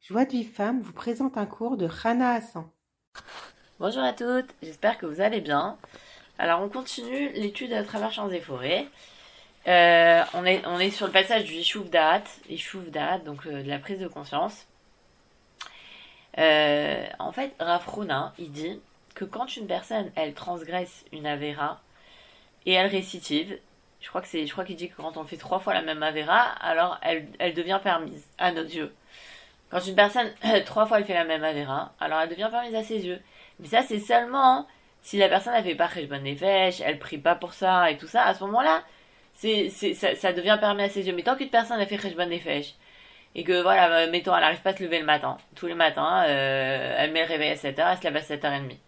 Joie de Vive Femme vous présente un cours de Rana Hassan. Bonjour à toutes, j'espère que vous allez bien. Alors on continue l'étude à travers champs et forêts. On est sur le passage du Yishuv Da'at, donc de la prise de conscience. En fait, Rav Huna, il dit que quand une personne, elle transgresse une avéra et elle récidive, je crois qu'il dit que quand on fait 3 fois la même avéra, alors elle devient permise à nos yeux. Quand une personne, 3 fois elle fait la même avéra, alors elle devient permise à ses yeux. Mais ça, c'est seulement si la personne, elle fait pas Cheshbon Nefesh, elle prie pas pour ça et tout ça, à ce moment-là, ça devient permis à ses yeux. Mais tant qu'une personne, elle fait Cheshbon Nefesh, et que voilà, mettons, elle arrive pas à se lever le matin, tous les matins, elle met le réveil à 7h, elle se lève à 7h30.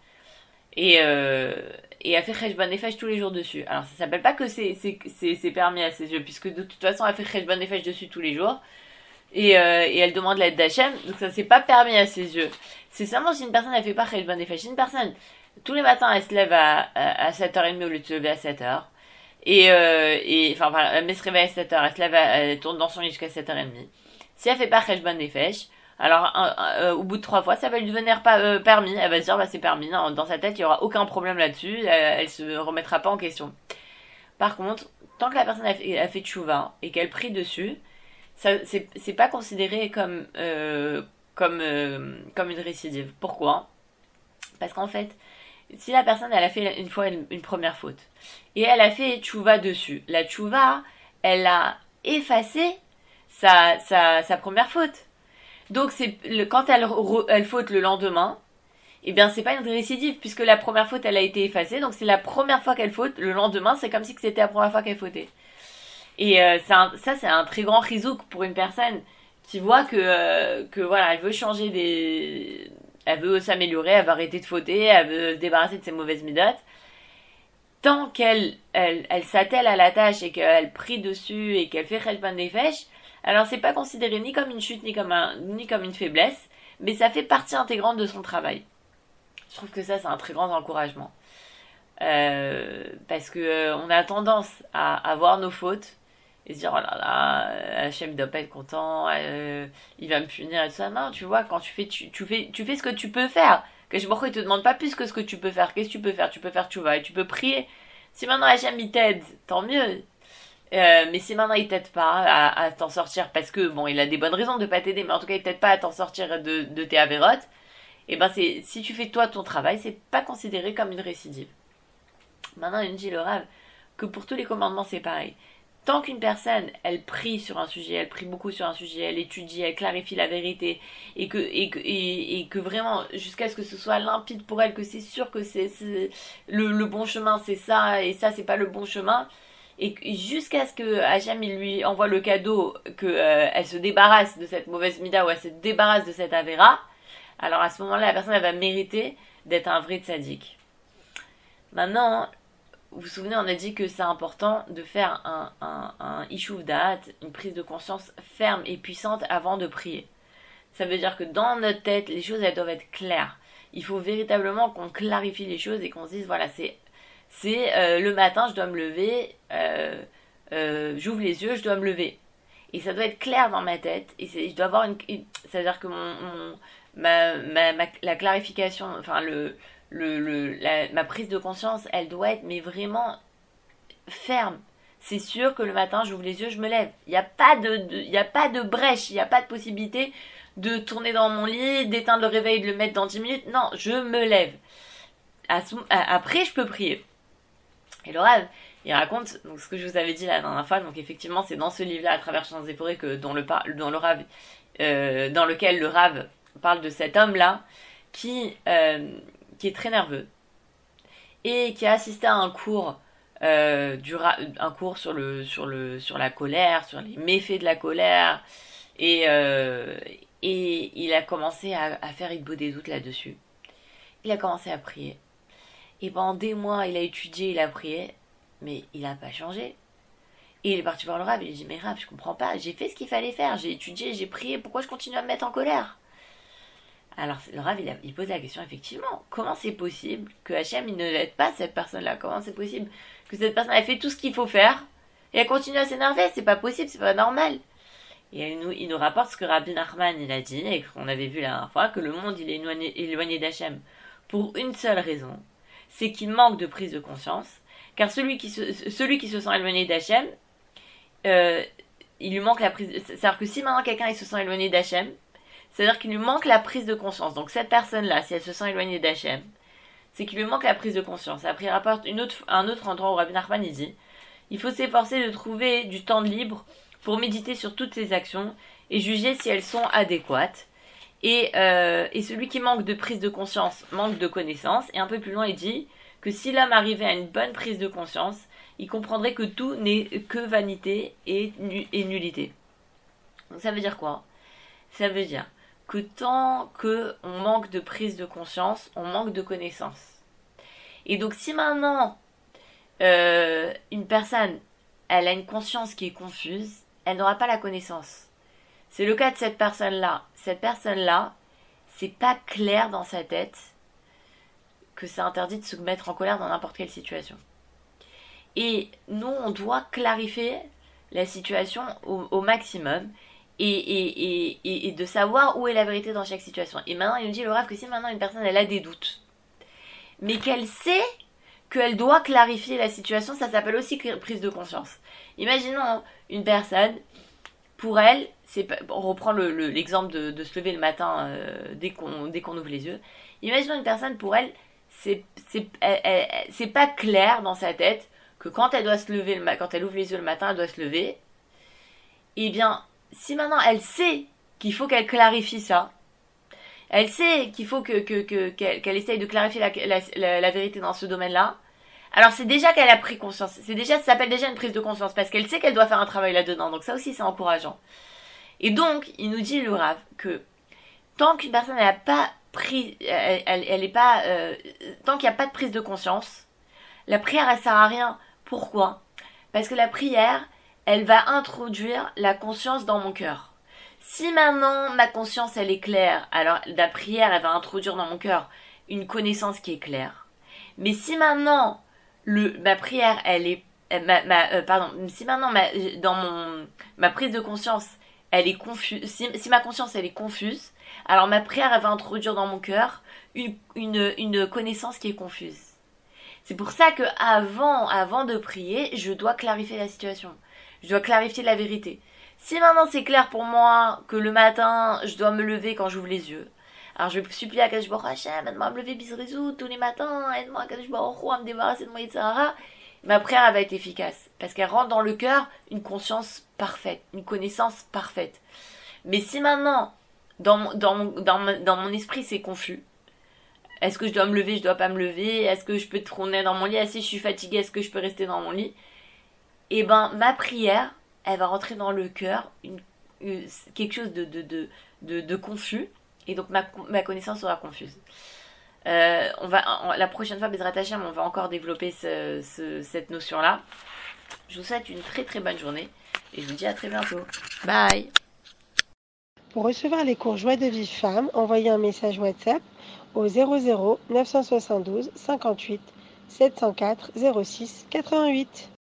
Et elle fait Cheshbon Nefesh tous les jours dessus. Alors ça s'appelle pas que c'est permis à ses yeux, puisque de toute façon, elle fait Cheshbon Nefesh dessus tous les jours. Et elle demande l'aide d'Hachem, donc ça c'est pas permis à ses yeux. C'est seulement si une personne elle fait pas Cheshbon Nefesh. Si une personne, tous les matins elle se lève à 7h30 au lieu de se lever à 7h, enfin elle se réveille à 7h, elle se lève, elle tourne dans son lit jusqu'à 7h30. Si elle fait pas Cheshbon Nefesh, alors au bout de 3 fois ça va lui devenir pas permis, elle va se dire bah c'est permis, non, dans sa tête il y aura aucun problème là-dessus, elle se remettra pas en question. Par contre, tant que la personne a fait tchouva et qu'elle prie dessus, c'est pas considéré comme une récidive. Pourquoi? Parce qu'en fait, si la personne elle a fait une fois une première faute et elle a fait tchouva dessus, la tchouva elle a effacé sa première faute. Donc quand elle faute le lendemain, eh bien c'est pas une récidive puisque la première faute elle a été effacée, donc c'est la première fois qu'elle faute, le lendemain c'est comme si c'était la première fois qu'elle fautait. Et ça c'est un très grand rizouk pour une personne qui voit que voilà, elle veut elle veut s'améliorer, elle veut arrêter de fauter, elle veut se débarrasser de ses mauvaises midotes. Tant qu'elle s'attelle à la tâche et qu'elle prie dessus et qu'elle fait Cheshbon Nefesh, alors c'est pas considéré ni comme une chute ni comme une faiblesse, mais ça fait partie intégrante de son travail. Je trouve que ça c'est un très grand encouragement. Parce que on a tendance à voir nos fautes et se dire oh là là, Hachem doit pas être content, il va me punir et tout ça. Non, tu vois, quand tu fais ce que tu peux faire. Que je il te demande pas plus que ce que tu peux faire. Qu'est-ce que tu peux faire? Tu peux faire tchouva et tu peux prier. Si maintenant Hachem il t'aide, tant mieux. Mais si maintenant il t'aide pas à t'en sortir parce que bon, il a des bonnes raisons de pas t'aider, mais en tout cas il t'aide pas à t'en sortir de tes avérotes, et ben si tu fais toi ton travail, c'est pas considéré comme une récidive. Maintenant, il dit le Rav que pour tous les commandements, c'est pareil. Tant qu'une personne, elle prie sur un sujet, elle prie beaucoup sur un sujet, elle étudie, elle clarifie la vérité, et que vraiment, jusqu'à ce que ce soit limpide pour elle, que c'est sûr que c'est le bon chemin, c'est ça, et ça, c'est pas le bon chemin, et jusqu'à ce que Hachem il lui envoie le cadeau, que elle se débarrasse de cette mauvaise mida, ou elle se débarrasse de cette avéra, alors à ce moment-là, la personne, elle va mériter d'être un vrai tzaddik. Maintenant, vous vous souvenez, on a dit que c'est important de faire un Yishuv Da'at, une prise de conscience ferme et puissante avant de prier. Ça veut dire que dans notre tête, les choses elles doivent être claires. Il faut véritablement qu'on clarifie les choses et qu'on se dise voilà, c'est le matin, je dois me lever, j'ouvre les yeux, je dois me lever. Et ça doit être clair dans ma tête. Et je dois avoir ça veut dire que la clarification, enfin ma prise de conscience, elle doit être mais vraiment ferme. C'est sûr que le matin, j'ouvre les yeux, je me lève. Il n'y a pas il y a pas de brèche, il n'y a pas de possibilité de tourner dans mon lit, d'éteindre le réveil et de le mettre dans 10 minutes. Non, je me lève. Après, je peux prier. Et le Rav, il raconte donc, ce que je vous avais dit la dernière fois. Donc effectivement, c'est dans ce livre-là, à travers Champs et Forêts, dans lequel le Rav parle de cet homme-là qui est très nerveux et qui a assisté à un cours un cours sur la colère, sur les méfaits de la colère, et il a commencé à faire Hitbod des doutes là-dessus. Il a commencé à prier et pendant des mois il a étudié, il a prié, mais il n'a pas changé. Et il est parti voir le Rav, il a dit mais Rav, je comprends pas, j'ai fait ce qu'il fallait faire, j'ai étudié, j'ai prié, pourquoi je continue à me mettre en colère? Alors le Rav, il pose la question effectivement, comment c'est possible que Hachem il ne l'aide pas cette personne-là? Comment c'est possible que cette personne a fait tout ce qu'il faut faire et elle continue à s'énerver? C'est pas possible, c'est pas normal. Et il nous rapporte ce que Rabbi Nachman il a dit, et qu'on avait vu la dernière fois, que le monde il est éloigné d'Hachem pour une seule raison, c'est qu'il manque de prise de conscience, car celui qui se sent éloigné d'Hachem, il lui manque la prise. C'est-à-dire que si maintenant quelqu'un il se sent éloigné d'Hachem, c'est-à-dire qu'il lui manque la prise de conscience. Donc cette personne-là, si elle se sent éloignée d'Hachem, c'est qu'il lui manque la prise de conscience. Après, il rapporte un autre endroit où Rabbi Nachman il dit il faut s'efforcer de trouver du temps libre pour méditer sur toutes ses actions et juger si elles sont adéquates. Et celui qui manque de prise de conscience manque de connaissance. Et un peu plus loin, il dit que si l'homme arrivait à une bonne prise de conscience, il comprendrait que tout n'est que vanité et nullité. Donc ça veut dire quoi? Ça veut dire que tant qu'on manque de prise de conscience, on manque de connaissance. Et donc si maintenant une personne, elle a une conscience qui est confuse, elle n'aura pas la connaissance. C'est le cas de cette personne-là. Cette personne-là, c'est pas clair dans sa tête que c'est interdit de se mettre en colère dans n'importe quelle situation. Et nous, on doit clarifier la situation au maximum et de savoir où est la vérité dans chaque situation. Et maintenant, il nous dit le Rav que si maintenant une personne, elle a des doutes, mais qu'elle sait qu'elle doit clarifier la situation, ça s'appelle aussi prise de conscience. Imaginons une personne, pour elle, on reprend l'exemple de se lever le matin dès qu'on ouvre les yeux. Imaginons une personne, pour elle, c'est pas clair dans sa tête que quand elle doit se lever, quand elle ouvre les yeux le matin, elle doit se lever. Eh bien, si maintenant elle sait qu'il faut qu'elle clarifie ça, elle sait qu'il faut qu'elle essaye de clarifier la vérité dans ce domaine-là, alors c'est déjà qu'elle a pris conscience. Ça s'appelle déjà une prise de conscience, parce qu'elle sait qu'elle doit faire un travail là-dedans. Donc ça aussi, c'est encourageant. Et donc, il nous dit, le Rav, que tant qu'une personne n'a pas pris, elle est pas, tant qu'il n'y a pas de prise de conscience, la prière, elle sert à rien. Pourquoi? Parce que la prière, elle va introduire la conscience dans mon cœur. Si maintenant ma conscience elle est claire, alors la prière elle va introduire dans mon cœur une connaissance qui est claire. Mais si maintenant ma prière elle est si maintenant ma prise de conscience elle est confuse, si ma conscience elle est confuse, alors ma prière elle va introduire dans mon cœur une connaissance qui est confuse. C'est pour ça que avant de prier, je dois clarifier la situation. Je dois clarifier la vérité. Si maintenant c'est clair pour moi que le matin, je dois me lever quand j'ouvre les yeux, alors je vais supplier à Kadosh Baruch Hashem, aide-moi à me lever bisrizou tous les matins, aide-moi à Kadosh Baruch Hu à me débarrasser de moi, etc. Ma prière elle va être efficace, parce qu'elle rentre dans le cœur une conscience parfaite, une connaissance parfaite. Mais si maintenant, dans mon esprit c'est confus, est-ce que je dois me lever, je dois pas me lever, est-ce que je peux trôner dans mon lit, si je suis fatiguée, est-ce que je peux rester dans mon lit? Eh ben, ma prière, elle va rentrer dans le cœur, quelque chose de confus, et donc ma connaissance sera confuse. La prochaine fois, Bezrat Hashem, on va encore développer cette notion-là. Je vous souhaite une très très bonne journée, et je vous dis à très bientôt. Bye. Pour recevoir les cours Joie de Vivre Femme, envoyez un message WhatsApp au 00 972 58 704 06 88.